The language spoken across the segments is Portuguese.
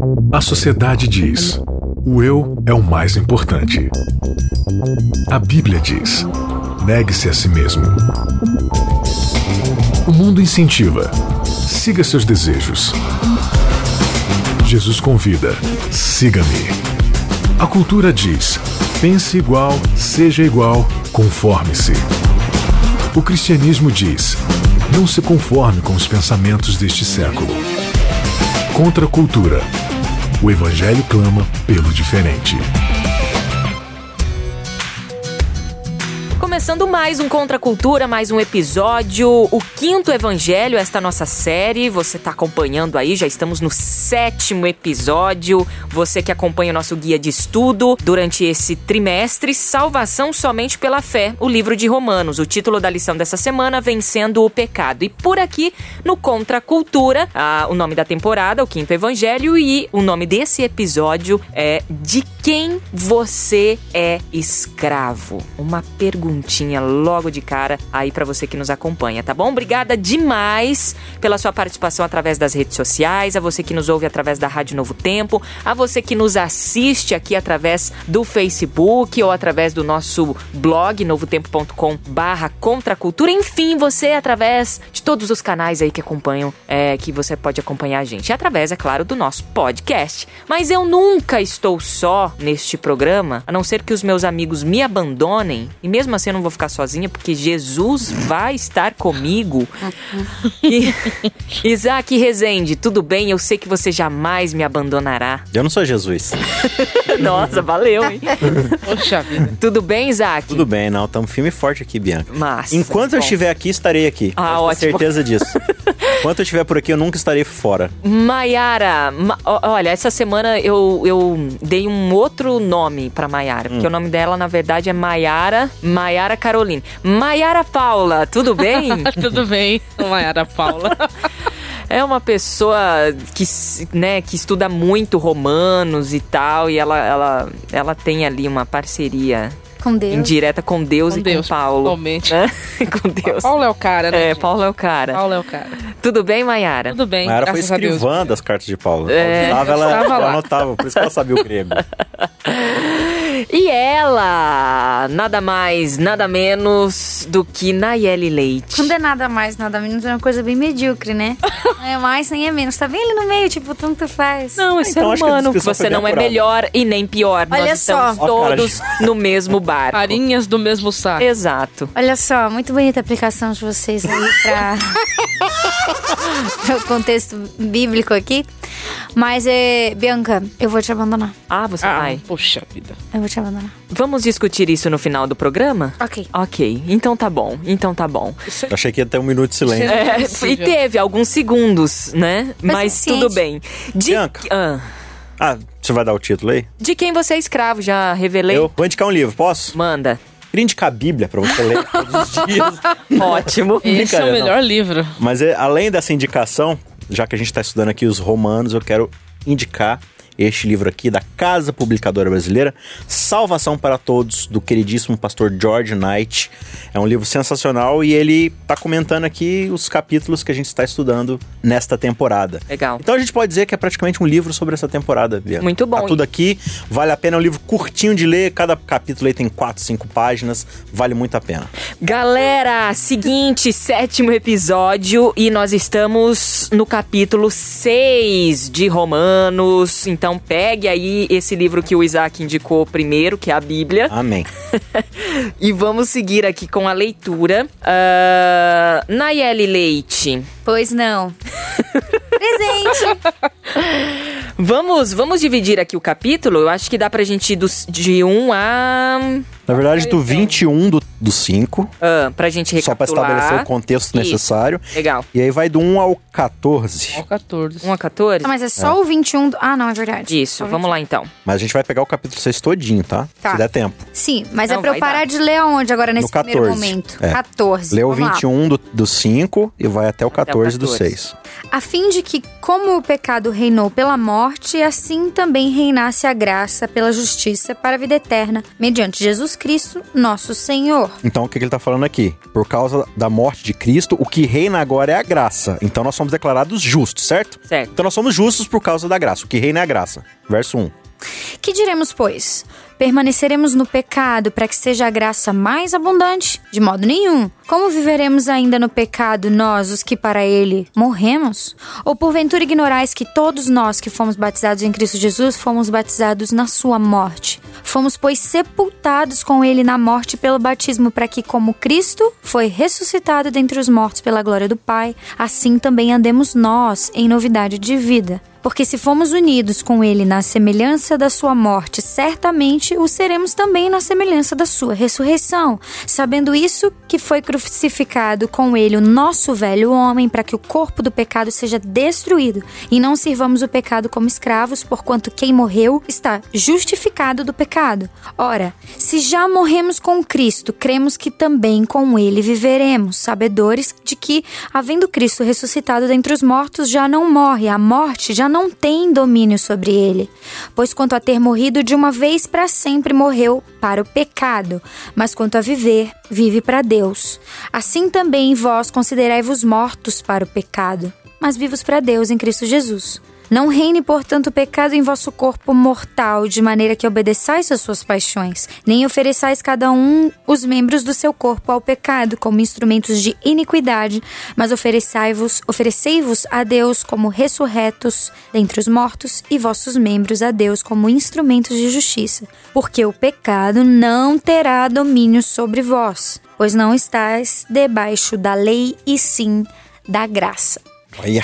A sociedade diz: o eu é o mais importante. A Bíblia diz: negue-se a si mesmo. O mundo incentiva: siga seus desejos. Jesus convida: siga-me. A cultura diz: pense igual, seja igual, conforme-se. O cristianismo diz: não se conforme com os pensamentos deste século. Contra a cultura, o Evangelho clama pelo diferente. Começando mais um Contra a Cultura, mais um episódio, o 5º Evangelho, esta nossa série. Você está acompanhando aí, já estamos no 7º episódio. Você que acompanha o nosso guia de estudo durante esse trimestre, Salvação Somente pela Fé, o livro de Romanos. O título da lição dessa semana, Vencendo o Pecado. E por aqui, no Contra a Cultura, o nome da temporada, o 5º Evangelho, e o nome desse episódio é De Quem Você é Escravo? Uma perguntinha logo de cara aí pra você que nos acompanha, tá bom? Obrigada demais pela sua participação através das redes sociais, a você que nos ouve através da Rádio Novo Tempo, a você que nos assiste aqui através do Facebook ou através do nosso blog, novotempo.com/contracultura, enfim, você através de todos os canais aí que acompanham, que você pode acompanhar a gente, através, é claro, do nosso podcast. Mas eu nunca estou só neste programa, a não ser que os meus amigos me abandonem, e mesmo assim eu não vou ficar sozinha, porque Jesus vai estar comigo. Isaac Rezende, tudo bem? Eu sei que você jamais me abandonará. Eu não sou Jesus. Nossa, valeu, hein? Poxa vida. Tudo bem, Isaac? Tudo bem, não. Estamos firme e forte aqui, Bianca. Massa. Enquanto eu estiver aqui, estarei aqui. Ótimo. Tenho certeza disso. Enquanto eu estiver por aqui, eu nunca estarei fora. Maiara, olha, essa semana eu dei um outro nome pra Maiara, porque o nome dela, na verdade, é Maiara Caroline. Maiara Paula, tudo bem? Tudo bem, Maiara Paula. É uma pessoa que estuda muito Romanos e tal, e ela tem ali uma parceria com Deus. Indireta com Deus e Deus, com Paulo. Totalmente. Né? Com Deus. Paulo é o cara, né? Paulo é o cara. Paulo é o cara. Tudo bem, Maiara? Tudo bem, Maiara foi graças a Deus. escrivã das cartas de Paulo. Ela anotava, por isso que ela sabia o grego. E ela, nada mais, nada menos do que Nayeli Leite. Quando é nada mais, nada menos, é uma coisa bem medíocre, né? Não é mais, nem é menos. Tá bem ali no meio, tipo, tanto faz. Não, é ser humano. Você não é melhor e nem pior. Olha Nós estamos só. todos no mesmo barco. Farinhas do mesmo saco. Exato. Olha só, muito bonita a aplicação de vocês aí pra o contexto bíblico aqui. Mas, Bianca, eu vou te abandonar. Ah, você vai? Poxa vida. Eu vou te abandonar. Vamos discutir isso no final do programa? Ok. Ok, então tá bom. Eu achei que ia ter 1 minuto de silêncio. E teve alguns segundos, né? Mas tudo bem. Bianca. Você vai dar o título aí? De Quem Você é Escravo, já revelei. Eu vou indicar um livro, posso? Manda. Queria indicar a Bíblia pra você ler todos os dias. Ótimo. Esse é o melhor livro. Mas além dessa indicação, já que a gente tá estudando aqui os Romanos, eu quero indicar este livro aqui da Casa Publicadora Brasileira, Salvação para Todos, do queridíssimo pastor George Knight. É um livro sensacional e ele tá comentando aqui os capítulos que a gente está estudando nesta temporada. Legal. Então a gente pode dizer que é praticamente um livro sobre essa temporada, Bianca. Muito bom. Tá tudo aqui, vale a pena, é um livro curtinho de ler, cada capítulo aí tem 4, 5 páginas, vale muito a pena. Galera, seguinte, 7º episódio e nós estamos no capítulo 6 de Romanos. Então pegue aí esse livro que o Isaac indicou primeiro, que é a Bíblia. Amém. E vamos seguir aqui com a leitura. Nayeli Leite. Pois não. Presente. Vamos dividir aqui o capítulo. Eu acho que dá pra gente ir de 1 a... Na verdade, do 21 do 5. Pra gente recapitular. Só pra estabelecer o contexto necessário. Legal. E aí vai do 1 ao 14. Ao 14. 1 a 14? Ah, mas é só o 21 Ah, não, é verdade. Isso, vamos lá então. Mas a gente vai pegar o capítulo 6 todinho, tá? Tá. Se der tempo. Sim, mas Não, é pra eu vai parar dar. de ler aonde agora nesse No 14. primeiro momento? É. 14. Lê o Vamos lá. 21 do 5 e vai até o 14 do 14. 6. A fim de que, como o pecado reinou pela morte, assim também reinasse a graça pela justiça para a vida eterna, mediante Jesus Jesus Cristo, nosso Senhor. Então, o que ele tá falando aqui? Por causa da morte de Cristo, o que reina agora é a graça. Então, nós somos declarados justos, certo? Certo. Então, nós somos justos por causa da graça. O que reina é a graça. Verso 1. Que diremos, pois? Permaneceremos no pecado para que seja a graça mais abundante? De modo nenhum. Como viveremos ainda no pecado nós, os que para ele morremos? Ou porventura ignorais que todos nós que fomos batizados em Cristo Jesus fomos batizados na sua morte? Fomos, pois, sepultados com ele na morte pelo batismo, para que, como Cristo foi ressuscitado dentre os mortos pela glória do Pai, assim também andemos nós em novidade de vida. Porque se fomos unidos com ele na semelhança da sua morte, certamente o seremos também na semelhança da sua ressurreição. Sabendo isso, que foi crucificado com ele o nosso velho homem, para que o corpo do pecado seja destruído, e não sirvamos o pecado como escravos, porquanto quem morreu está justificado do pecado. Ora, se já morremos com Cristo, cremos que também com ele viveremos, sabedores de que, havendo Cristo ressuscitado dentre os mortos, já não morre, a morte já não tem domínio sobre ele. Pois quanto a ter morrido de uma vez para sempre, morreu para o pecado, mas quanto a viver, vive para Deus. Assim também vós considerai-vos mortos para o pecado, mas vivos para Deus em Cristo Jesus. Não reine, portanto, o pecado em vosso corpo mortal, de maneira que obedeçais às suas paixões, nem ofereçais cada um os membros do seu corpo ao pecado como instrumentos de iniquidade, mas oferecei-vos a Deus como ressurretos dentre os mortos, e vossos membros a Deus como instrumentos de justiça. Porque o pecado não terá domínio sobre vós, pois não estáis debaixo da lei, e sim da graça. Olha.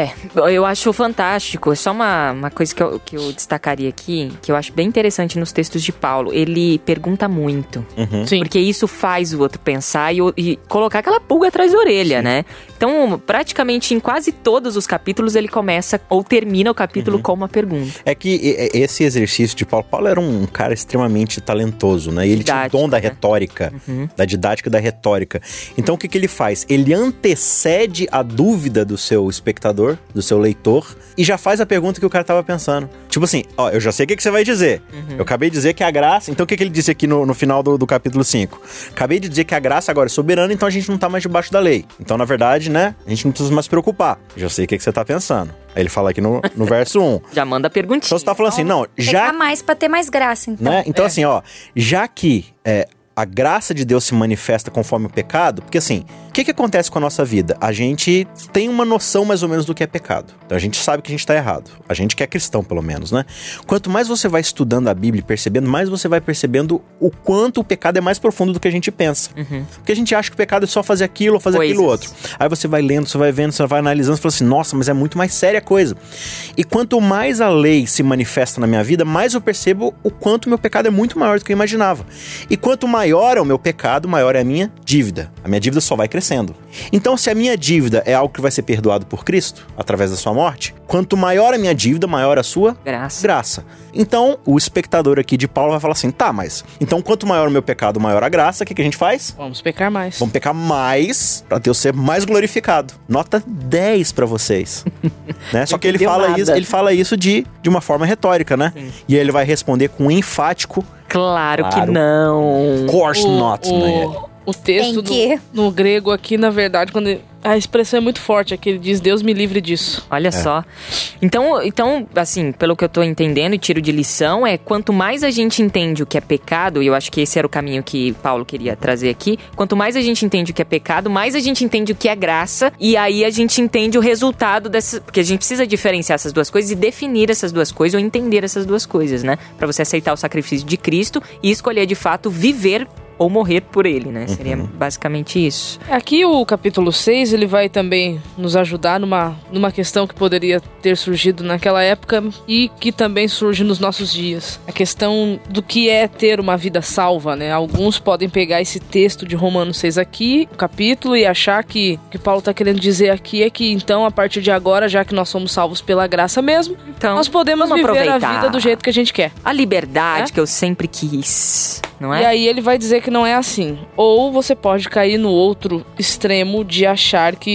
Eu acho fantástico. É só uma coisa que eu destacaria aqui, que eu acho bem interessante nos textos de Paulo. Ele pergunta muito. Sim. Porque isso faz o outro pensar e colocar aquela pulga atrás da orelha, né? Então, praticamente em quase todos os capítulos, ele começa ou termina o capítulo com uma pergunta. É que esse exercício de Paulo era um cara extremamente talentoso, né? E ele tinha o dom da retórica, da didática da retórica. Então, o que ele faz? Ele antecede a dúvida do seu espectador, do seu leitor, e já faz a pergunta que o cara tava pensando. Tipo assim, ó, eu já sei o que você vai dizer. Eu acabei de dizer que a graça... Então o que ele disse aqui no final do capítulo 5? Acabei de dizer que a graça agora é soberana, então a gente não tá mais debaixo da lei. Então, na verdade, né, a gente não precisa mais se preocupar. Já sei o que você tá pensando. Aí ele fala aqui no verso 1. Já manda a perguntinha. Então você tá falando assim, não, já... Pecar mais pra ter mais graça, então. Né? Então assim, ó, já que a graça de Deus se manifesta conforme o pecado, porque assim, o que acontece com a nossa vida? A gente tem uma noção mais ou menos do que é pecado. Então a gente sabe que a gente tá errado. A gente que é cristão, pelo menos, né? Quanto mais você vai estudando a Bíblia e percebendo, mais você vai percebendo o quanto o pecado é mais profundo do que a gente pensa. Porque a gente acha que o pecado é só fazer aquilo ou fazer aquilo outro. Aí você vai lendo, você vai vendo, você vai analisando, você fala assim, nossa, mas é muito mais séria a coisa. E quanto mais a lei se manifesta na minha vida, mais eu percebo o quanto o meu pecado é muito maior do que eu imaginava. E quanto maior é o meu pecado, maior é a minha dívida. A minha dívida só vai crescendo. Então, se a minha dívida é algo que vai ser perdoado por Cristo, através da sua morte, quanto maior a minha dívida, maior a sua graça. Então, o espectador aqui de Paulo vai falar assim, tá, mas então quanto maior o meu pecado, maior a graça, o que a gente faz? Vamos pecar mais. Vamos pecar mais pra Deus ser mais glorificado. Nota 10 pra vocês. Né? Só que ele fala isso de uma forma retórica, né? Sim. E aí ele vai responder com um enfático. Claro que não. Of course not, né? O texto no grego aqui, na verdade, quando a expressão é muito forte, é que ele diz, Deus me livre disso. Olha só. Então, assim, pelo que eu tô entendendo e tiro de lição, quanto mais a gente entende o que é pecado, e eu acho que esse era o caminho que Paulo queria trazer aqui, quanto mais a gente entende o que é pecado, mais a gente entende o que é graça, e aí a gente entende o resultado dessa... Porque a gente precisa diferenciar essas duas coisas e definir essas duas coisas, ou entender essas duas coisas, né? Pra você aceitar o sacrifício de Cristo e escolher, de fato, viver ou morrer por ele, né? Seria basicamente isso. Aqui o capítulo 6, ele vai também nos ajudar numa questão que poderia ter surgido naquela época e que também surge nos nossos dias. A questão do que é ter uma vida salva, né? Alguns podem pegar esse texto de Romanos 6 aqui, o capítulo, e achar que o que Paulo está querendo dizer aqui é que, então, a partir de agora, já que nós somos salvos pela graça mesmo, então, nós podemos viver a vida do jeito que a gente quer. A liberdade que eu sempre quis, não é? E aí ele vai dizer que não é assim. Ou você pode cair no outro extremo de achar que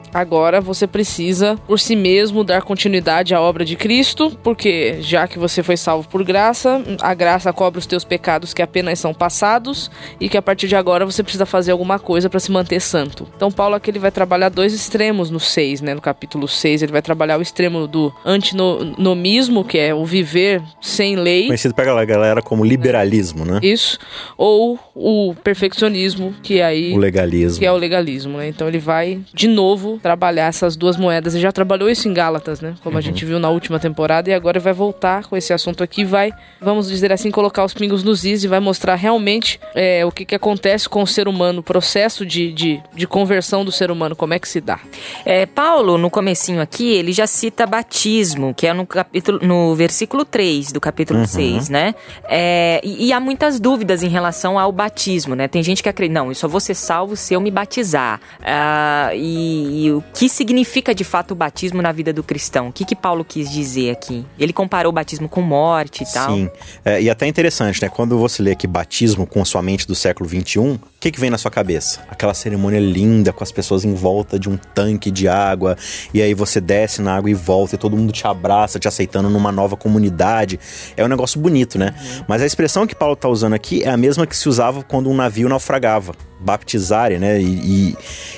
agora você precisa, por si mesmo, dar continuidade à obra de Cristo, porque já que você foi salvo por graça, a graça cobre os teus pecados que apenas são passados e que a partir de agora você precisa fazer alguma coisa para se manter santo. Então Paulo aqui ele vai trabalhar dois extremos no 6, né? No capítulo 6 ele vai trabalhar o extremo do antinomismo, que é o viver sem lei. Conhecido pela galera como liberalismo, né? Isso. Ou o perfeccionismo, que aí... O legalismo. Que é o legalismo, né? Então ele vai, de novo, trabalhar essas duas moedas. Ele já trabalhou isso em Gálatas, né? Como a gente viu na última temporada. E agora ele vai voltar com esse assunto aqui. Vai, vamos dizer assim, colocar os pingos nos is e vai mostrar realmente o que acontece com o ser humano. O processo de conversão do ser humano. Como é que se dá. Paulo, no comecinho aqui, ele já cita batismo, que é no versículo 3 do capítulo 6, né? E há muitas dúvidas em relação ao batismo, né? Tem gente que acredita, não, eu só vou ser salvo se eu me batizar. E o que significa de fato o batismo na vida do cristão? O que Paulo quis dizer aqui? Ele comparou o batismo com morte e tal. Sim, e até interessante, né? Quando você lê aqui batismo com a sua mente do século XXI, o que vem na sua cabeça? Aquela cerimônia linda com as pessoas em volta de um tanque de água, e aí você desce na água e volta, e todo mundo te abraça, te aceitando numa nova comunidade. É um negócio bonito, né? Mas a expressão que Paulo está usando aqui é a mesma que se usava quando um navio naufragava. Baptizare, né? E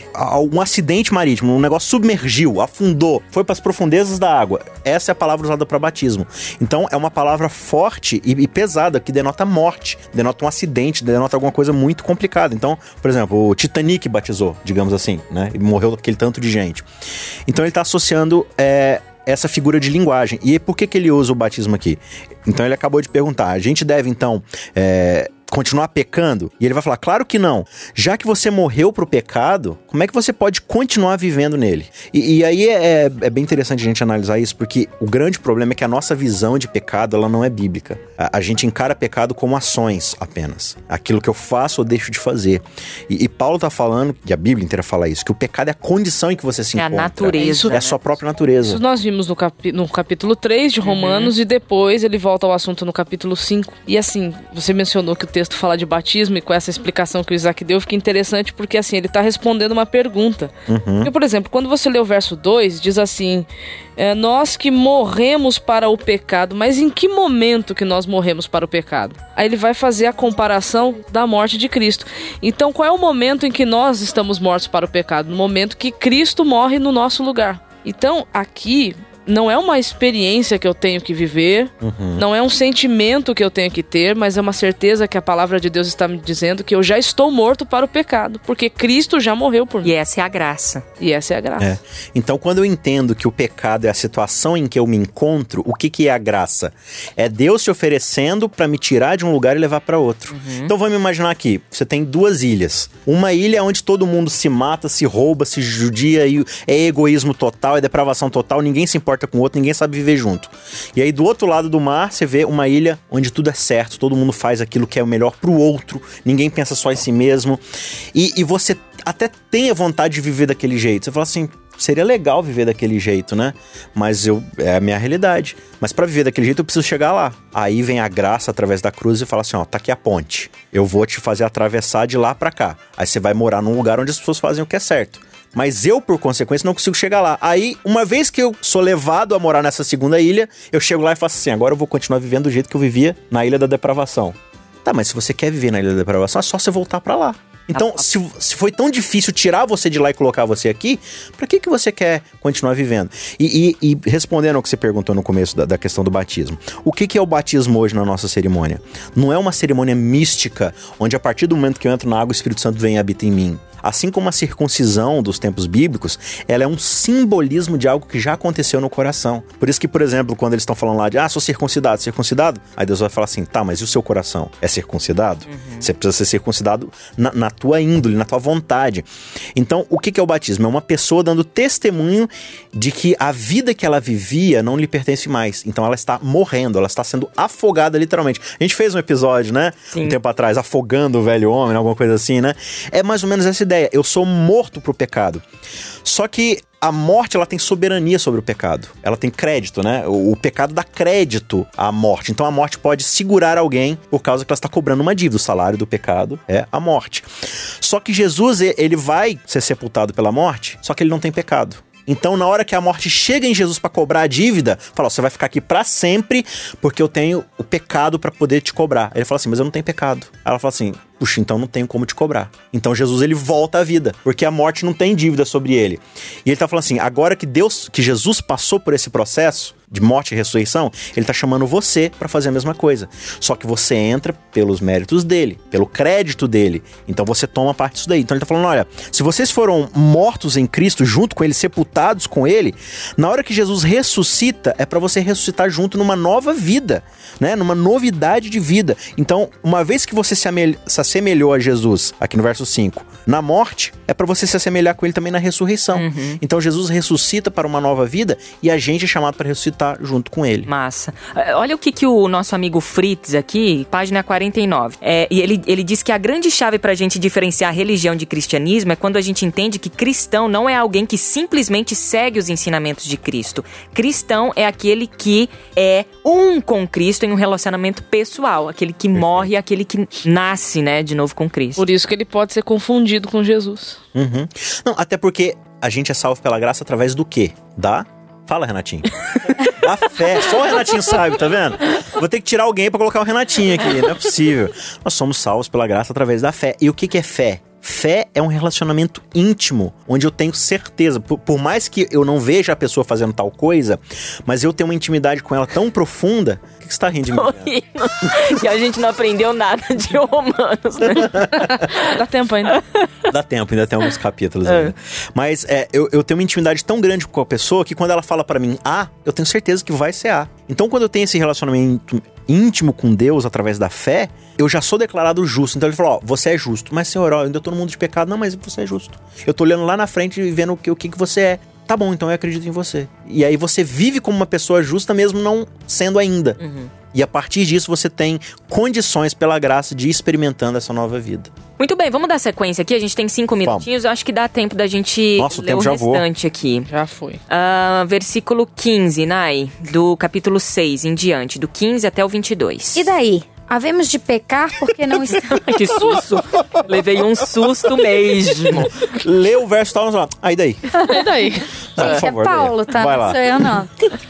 um acidente marítimo, um negócio submergiu, afundou, foi para as profundezas da água. Essa é a palavra usada para batismo. Então é uma palavra forte e pesada, que denota morte, denota um acidente, denota alguma coisa muito complicada. Então, por exemplo, o Titanic batizou, digamos assim, né? E morreu aquele tanto de gente. Então ele está associando essa figura de linguagem. E por que ele usa o batismo aqui? Então ele acabou de perguntar, a gente deve então... continuar pecando? E ele vai falar, claro que não. Já que você morreu pro pecado, como é que você pode continuar vivendo nele? E aí é bem interessante a gente analisar isso, porque o grande problema é que a nossa visão de pecado, ela não é bíblica. A gente encara pecado como ações apenas. Aquilo que eu faço ou deixo de fazer. E Paulo tá falando, e a Bíblia inteira fala isso, que o pecado é a condição em que você se encontra. É a natureza. É a sua própria natureza. Isso nós vimos no capítulo 3 de Romanos, e depois ele volta ao assunto no capítulo 5. E assim, você mencionou que o texto fala de batismo, e com essa explicação que o Isaac deu, fica interessante, porque assim, ele está respondendo uma pergunta. Porque, por exemplo, quando você lê o verso 2, diz assim, nós que morremos para o pecado, mas em que momento que nós morremos para o pecado? Aí ele vai fazer a comparação da morte de Cristo. Então, qual é o momento em que nós estamos mortos para o pecado? No momento que Cristo morre no nosso lugar. Então, aqui... não é uma experiência que eu tenho que viver, não é um sentimento que eu tenho que ter, mas é uma certeza que a palavra de Deus está me dizendo que eu já estou morto para o pecado, porque Cristo já morreu por mim. E essa é a graça. Então, quando eu entendo que o pecado é a situação em que eu me encontro, o que é a graça? É Deus se oferecendo para me tirar de um lugar e levar para outro. Então, vamos imaginar aqui, você tem duas ilhas. Uma ilha onde todo mundo se mata, se rouba, se judia, e é egoísmo total, é depravação total, ninguém se importa com o outro, ninguém sabe viver junto. E aí do outro lado do mar, você vê uma ilha onde tudo é certo, todo mundo faz aquilo que é o melhor pro outro, ninguém pensa só em si mesmo, e você até tem a vontade de viver daquele jeito. Você fala assim, seria legal viver daquele jeito, né? Mas é a minha realidade. Mas pra viver daquele jeito eu preciso chegar lá. Aí vem a graça através da cruz e fala assim, ó, tá aqui a ponte. Eu vou te fazer atravessar de lá pra cá. Aí você vai morar num lugar onde as pessoas fazem o que é certo. Mas eu, por consequência, não consigo chegar lá. Aí, uma vez que eu sou levado a morar nessa segunda ilha, eu chego lá e faço assim, agora eu vou continuar vivendo do jeito que eu vivia na Ilha da Depravação. Tá, mas se você quer viver na Ilha da Depravação, é só você voltar pra lá. Então, se foi tão difícil tirar você de lá e colocar você aqui, pra que você quer continuar vivendo? E respondendo ao que você perguntou no começo da questão do batismo. O que é o batismo hoje na nossa cerimônia? Não é uma cerimônia mística, onde a partir do momento que eu entro na água, o Espírito Santo vem e habita em mim. Assim como a circuncisão dos tempos bíblicos, ela é um simbolismo de algo que já aconteceu no coração. Por isso que, por exemplo, quando eles estão falando lá de, sou circuncidado, aí Deus vai falar assim, tá, mas e o seu coração? É circuncidado? Você precisa ser circuncidado na tua índole, na tua vontade. Então, o que é o batismo? É uma pessoa dando testemunho de que a vida que ela vivia não lhe pertence mais. Então, ela está morrendo, ela está sendo afogada literalmente. A gente fez um episódio, né? Sim. Um tempo atrás, afogando o velho homem, alguma coisa assim, né? É mais ou menos essa ideia. ideia. Eu sou morto pro pecado. Só que a morte, ela tem soberania sobre o pecado. Ela tem crédito, né? O pecado dá crédito à morte. Então a morte pode segurar alguém por causa que ela está cobrando uma dívida. O salário do pecado é a morte. Só que Jesus, ele vai ser sepultado pela morte, só que ele não tem pecado. Então, na hora que a morte chega em Jesus para cobrar a dívida, fala, você vai ficar aqui para sempre, porque eu tenho o pecado para poder te cobrar. Ele fala assim, mas eu não tenho pecado. Aí ela fala assim, puxa, então não tenho como te cobrar. Então Jesus, ele volta à vida, porque a morte não tem dívida sobre ele. E ele tá falando assim, agora que Jesus passou por esse processo de morte e ressurreição, ele tá chamando você para fazer a mesma coisa. Só que você entra pelos méritos dele, pelo crédito dele. Então você toma parte disso daí. Então ele tá falando, olha, se vocês foram mortos em Cristo, junto com ele, sepultados com ele, na hora que Jesus ressuscita, é para você ressuscitar junto numa nova vida, né? Numa novidade de vida. Então, uma vez que você se assemelhou a Jesus, aqui no verso 5, na morte, é para você se assemelhar com ele também na ressurreição. Então Jesus ressuscita para uma nova vida e a gente é chamado para ressuscitar junto com ele. Massa. Olha o que o nosso amigo Fritz aqui, página 49. E ele diz que a grande chave pra gente diferenciar a religião de cristianismo é quando a gente entende que cristão não é alguém que simplesmente segue os ensinamentos de Cristo. Cristão é aquele que é um com Cristo em um relacionamento pessoal, aquele que morre, aquele que nasce, né, de novo com Cristo. Por isso que ele pode ser confundido com Jesus. Não, até porque a gente é salvo pela graça através do quê? Fala, Renatinho. Da fé. Só o Renatinho sabe, tá vendo? Vou ter que tirar alguém pra colocar o Renatinho aqui. Não é possível. Nós somos salvos pela graça através da fé. E o que é fé? Fé é um relacionamento íntimo, onde eu tenho certeza, por mais que eu não veja a pessoa fazendo tal coisa, mas eu tenho uma intimidade com ela tão profunda. O que você tá rindo de mim? Que a gente não aprendeu nada de Romanos, né? Dá tempo ainda. Dá tempo, ainda tem alguns capítulos ainda. Mas eu tenho uma intimidade tão grande com a pessoa que quando ela fala pra mim A, eu tenho certeza que vai ser A. Então quando eu tenho esse relacionamento íntimo com Deus através da fé, eu já sou declarado justo. Então ele falou, você é justo. Mas Senhor, eu ainda tô no mundo de pecado. Não, mas você é justo. Eu tô olhando lá na frente e vendo o que você é. Tá bom, então eu acredito em você. E aí você vive como uma pessoa justa mesmo não sendo ainda. E a partir disso você tem condições pela graça de ir experimentando essa nova vida. Muito bem, vamos dar sequência aqui. A gente tem 5 minutinhos. Eu acho que dá tempo da gente ler o restante aqui. Já foi. Versículo 15, Nai, do capítulo 6 em diante, do 15 até o 22. E daí? Havemos de pecar porque não estamos... Que susto. Levei um susto mesmo. Lê o verso tal, aí daí. E daí? Por favor, é Paulo, tá? Vai Não lá. sou eu, não.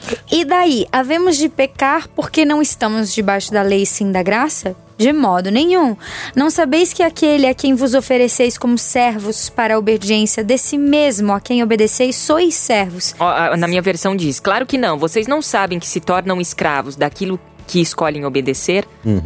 E daí? Havemos de pecar porque não estamos debaixo da lei, sim da graça? De modo nenhum. Não sabeis que aquele a quem vos ofereceis como servos para a obediência desse mesmo a quem obedeceis, sois servos? Na minha versão diz, claro que não. Vocês não sabem que se tornam escravos daquilo que escolhem obedecer?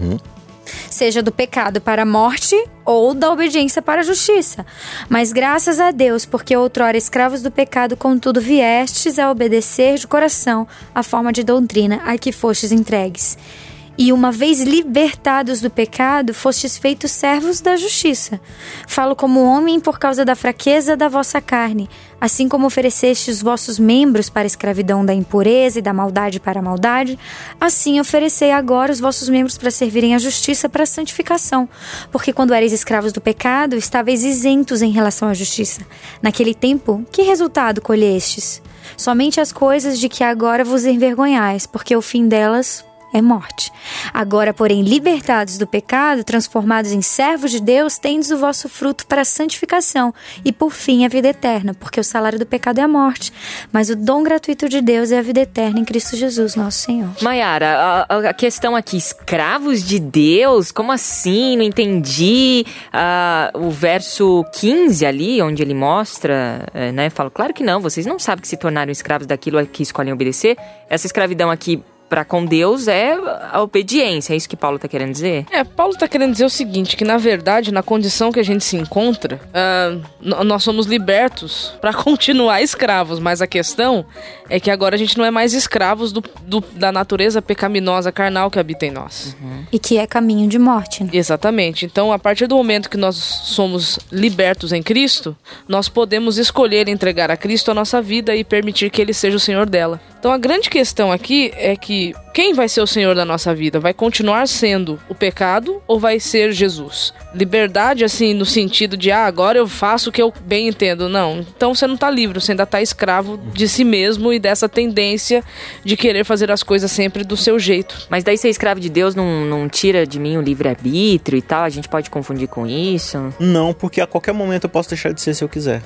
Seja do pecado para a morte ou da obediência para a justiça. Mas graças a Deus, porque outrora escravos do pecado, contudo viestes a obedecer de coração a forma de doutrina a que fostes entregues. E uma vez libertados do pecado, fostes feitos servos da justiça. Falo como homem por causa da fraqueza da vossa carne, assim como oferecestes os vossos membros para a escravidão da impureza e da maldade para a maldade, assim oferecei agora os vossos membros para servirem à justiça para a santificação. Porque quando erais escravos do pecado, estáveis isentos em relação à justiça. Naquele tempo, que resultado colhestes? Somente as coisas de que agora vos envergonhais, porque o fim delas é morte. Agora, porém, libertados do pecado, transformados em servos de Deus, tendes o vosso fruto para a santificação e, por fim, a vida eterna, porque o salário do pecado é a morte, mas o dom gratuito de Deus é a vida eterna em Cristo Jesus, nosso Senhor. Maiara, a questão aqui, escravos de Deus? Como assim? Não entendi. O verso 15 ali, onde ele mostra, né, fala, claro que não, vocês não sabem que se tornaram escravos daquilo a que escolhem obedecer. Essa escravidão aqui para com Deus é a obediência, é isso que Paulo tá querendo dizer? Paulo tá querendo dizer o seguinte, que na verdade, na condição que a gente se encontra, nós somos libertos para continuar escravos, mas a questão é que agora a gente não é mais escravos da natureza pecaminosa carnal que habita em nós. E que é caminho de morte, né? Exatamente. Então, a partir do momento que nós somos libertos em Cristo, nós podemos escolher entregar a Cristo a nossa vida e permitir que Ele seja o Senhor dela. Então, a grande questão aqui é que quem vai ser o Senhor da nossa vida? Vai continuar sendo o pecado ou vai ser Jesus? Liberdade, assim, no sentido de, agora eu faço o que eu bem entendo. Não, então você não tá livre, você ainda tá escravo de si mesmo e dessa tendência de querer fazer as coisas sempre do seu jeito. Mas daí ser escravo de Deus não tira de mim o livre-arbítrio e tal? A gente pode confundir com isso? Não, porque a qualquer momento eu posso deixar de ser se eu quiser.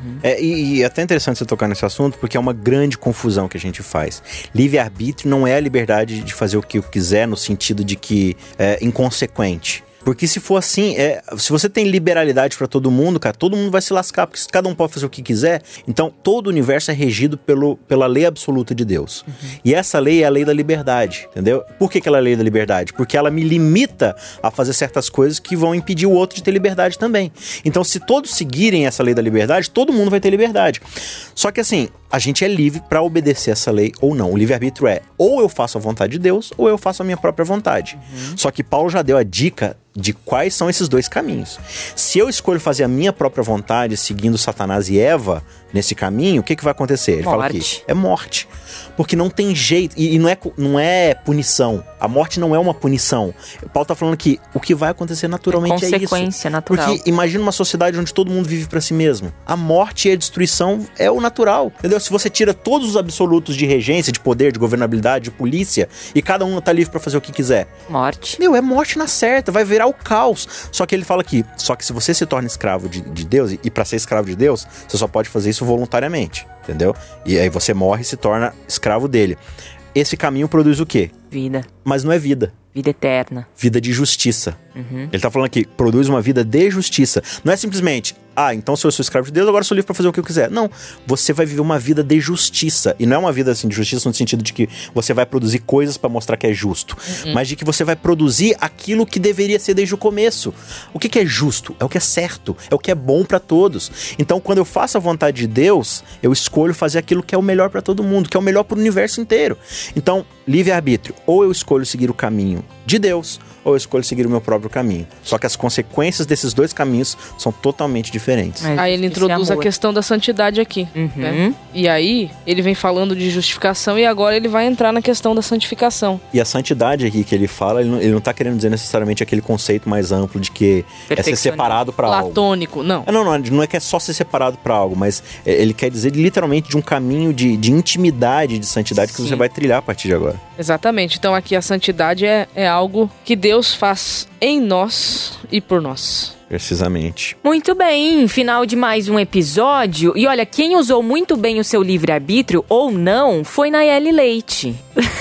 E é até interessante você tocar nesse assunto, porque é uma grande confusão que a gente faz. Livre-arbítrio não é a liberdade de fazer o que eu quiser, no sentido de que é inconsequente. Porque se for assim, se você tem liberalidade pra todo mundo, cara, todo mundo vai se lascar, porque cada um pode fazer o que quiser. Então, todo o universo é regido pela lei absoluta de Deus. E essa lei é a lei da liberdade, entendeu? Por que ela é a lei da liberdade? Porque ela me limita a fazer certas coisas que vão impedir o outro de ter liberdade também. Então, se todos seguirem essa lei da liberdade, todo mundo vai ter liberdade. Só que assim, a gente é livre pra obedecer essa lei ou não. O livre-arbítrio é, ou eu faço a vontade de Deus, ou eu faço a minha própria vontade. Só que Paulo já deu a dica de quais são esses dois caminhos. Se eu escolho fazer a minha própria vontade, seguindo Satanás e Eva nesse caminho, o que vai acontecer? Ele fala aqui, é morte. Porque não tem jeito, e não é punição. A morte não é uma punição. O Paulo tá falando que o que vai acontecer naturalmente é isso. Consequência natural. Porque imagina uma sociedade onde todo mundo vive pra si mesmo. A morte e a destruição é o natural, entendeu? Se você tira todos os absolutos de regência, de poder, de governabilidade, de polícia, e cada um tá livre pra fazer o que quiser. Morte. É morte na certa, vai virar o caos. Só que ele fala aqui, só que se você se torna escravo de Deus, e pra ser escravo de Deus, você só pode fazer isso voluntariamente, entendeu? E aí você morre e se torna escravo dele. Esse caminho produz o quê? Vida. Mas não é vida. Vida eterna. Vida de justiça. Ele tá falando aqui, produz uma vida de justiça. Não é simplesmente, então se eu sou escravo de Deus, agora eu sou livre pra fazer o que eu quiser. Não, você vai viver uma vida de justiça. E não é uma vida assim de justiça no sentido de que você vai produzir coisas pra mostrar que é justo. Mas de que você vai produzir aquilo que deveria ser desde o começo. O que é justo? É o que é certo. É o que é bom pra todos. Então, quando eu faço a vontade de Deus, eu escolho fazer aquilo que é o melhor pra todo mundo, que é o melhor pro universo inteiro. Então, livre-arbítrio. Ou eu escolho seguir o caminho de Deus, ou eu escolho seguir o meu próprio caminho. Só que as consequências desses dois caminhos são totalmente diferentes. Aí ele introduz a questão da santidade aqui. Né? E aí, ele vem falando de justificação e agora ele vai entrar na questão da santificação. E a santidade aqui que ele fala, ele não tá querendo dizer necessariamente aquele conceito mais amplo de que é ser separado pra algo. Platônico, não. Não é que é só ser separado pra algo, mas ele quer dizer literalmente de um caminho de intimidade, de santidade que você vai trilhar a partir de agora. Exatamente. Então aqui a santidade é algo que Deus faz em nós e por nós. Precisamente. Muito bem, final de mais um episódio. E olha, quem usou muito bem o seu livre-arbítrio ou não foi Nayeli Leite.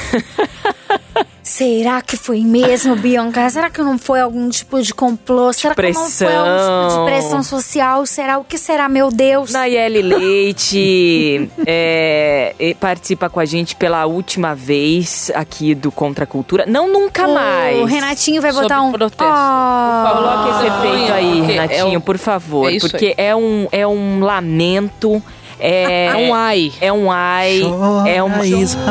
Será que foi mesmo, Bianca? Será que não foi algum tipo de complô? Será que não foi algum tipo de pressão social? O que será, meu Deus? Nayeli Leite participa com a gente pela última vez aqui do Contra a Cultura. Não, nunca mais. O Renatinho vai botar um protesto. Coloque esse efeito aí, Renatinho, por favor. Porque é um lamento. É um ai. É um ai. É uma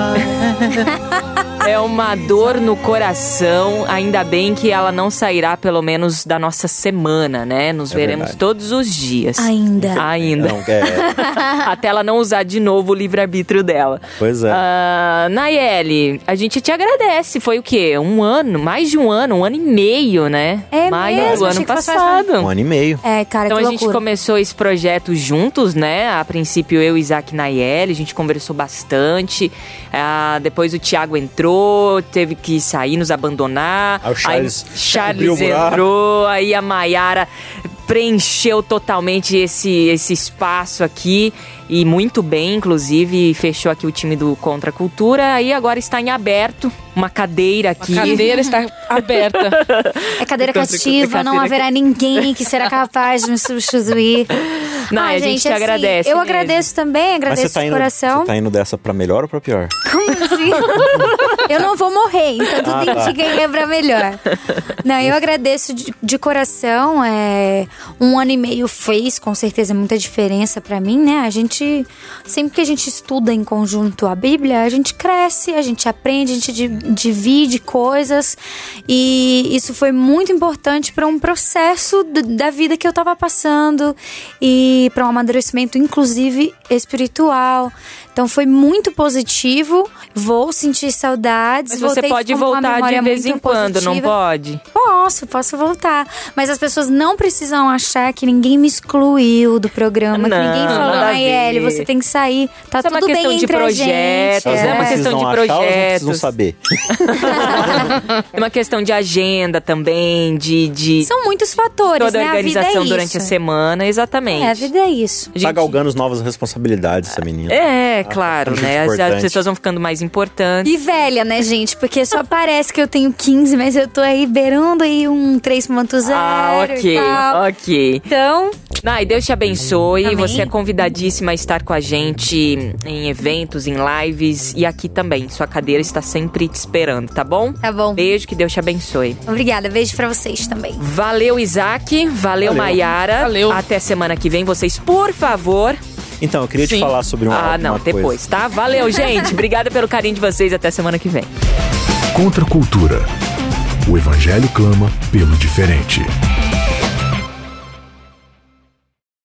É uma dor no coração. Ainda bem que ela não sairá, pelo menos, da nossa semana, né? Nos veremos todos os dias. Ainda. Não, Até ela não usar de novo o livre-arbítrio dela. Pois é. Nayeli, a gente te agradece. Foi o quê? Um ano? Mais de um ano e meio, né? Maio do ano passado. Um ano e meio. Cara, então que a gente começou esse projeto juntos, né? A princípio eu, Isaac e Nayeli, a gente conversou bastante. Depois o Thiago entrou, teve que sair, nos abandonar. Aí o Charles entrou, aí a Maiara preencheu totalmente esse espaço aqui. E muito bem, inclusive, fechou aqui o time do Contra a Cultura. Aí agora está em aberto, uma cadeira aqui. A cadeira está aberta. É cadeira cativa, não haverá ninguém que será capaz de me substituir. Não, a gente te agradece. Eu agradeço também, agradeço de coração. Você tá indo dessa pra melhor ou pra pior? Como assim? Eu não vou morrer, então tudo indica que é pra melhor. Não, eu agradeço de coração. 1 ano e meio fez, com certeza, muita diferença pra mim, né? A gente, sempre que a gente estuda em conjunto a Bíblia, a gente cresce, a gente aprende, a gente divide coisas. E isso foi muito importante para um processo da vida que eu tava passando e para um amadurecimento, inclusive, espiritual. Então foi muito positivo. Vou sentir saudades. Mas você pode voltar de vez em quando, não pode? Posso voltar. Mas as pessoas não precisam achar que ninguém me excluiu do programa, que ninguém falou, Nayeli, você tem que sair. Tá tudo bem entre a gente. É uma questão de projetos. Elas não precisam saber. É uma questão de agenda também, de São muitos fatores, toda né? a organização a vida é durante a semana, exatamente. A vida é isso. Tá galgando novas responsabilidades, essa menina. Claro, né? As pessoas vão ficando mais importantes. E velha, né, gente? Porque só parece que eu tenho 15, mas eu tô aí beirando aí um 3.0 ok. Então... Nai, Deus te abençoe. Amém. Você é convidadíssima a estar com a gente em eventos, em lives e aqui também. Sua cadeira está sempre te esperando, tá bom? Tá bom. Beijo, que Deus te abençoe. Obrigada, beijo pra vocês também. Valeu, Isaac. Valeu, Maiara. Valeu. Até semana que vem. Vocês, por favor... Então, eu queria te falar sobre uma coisa. Depois, tá? Valeu, gente. Obrigada pelo carinho de vocês. Até semana que vem. Contra a cultura. O Evangelho clama pelo diferente.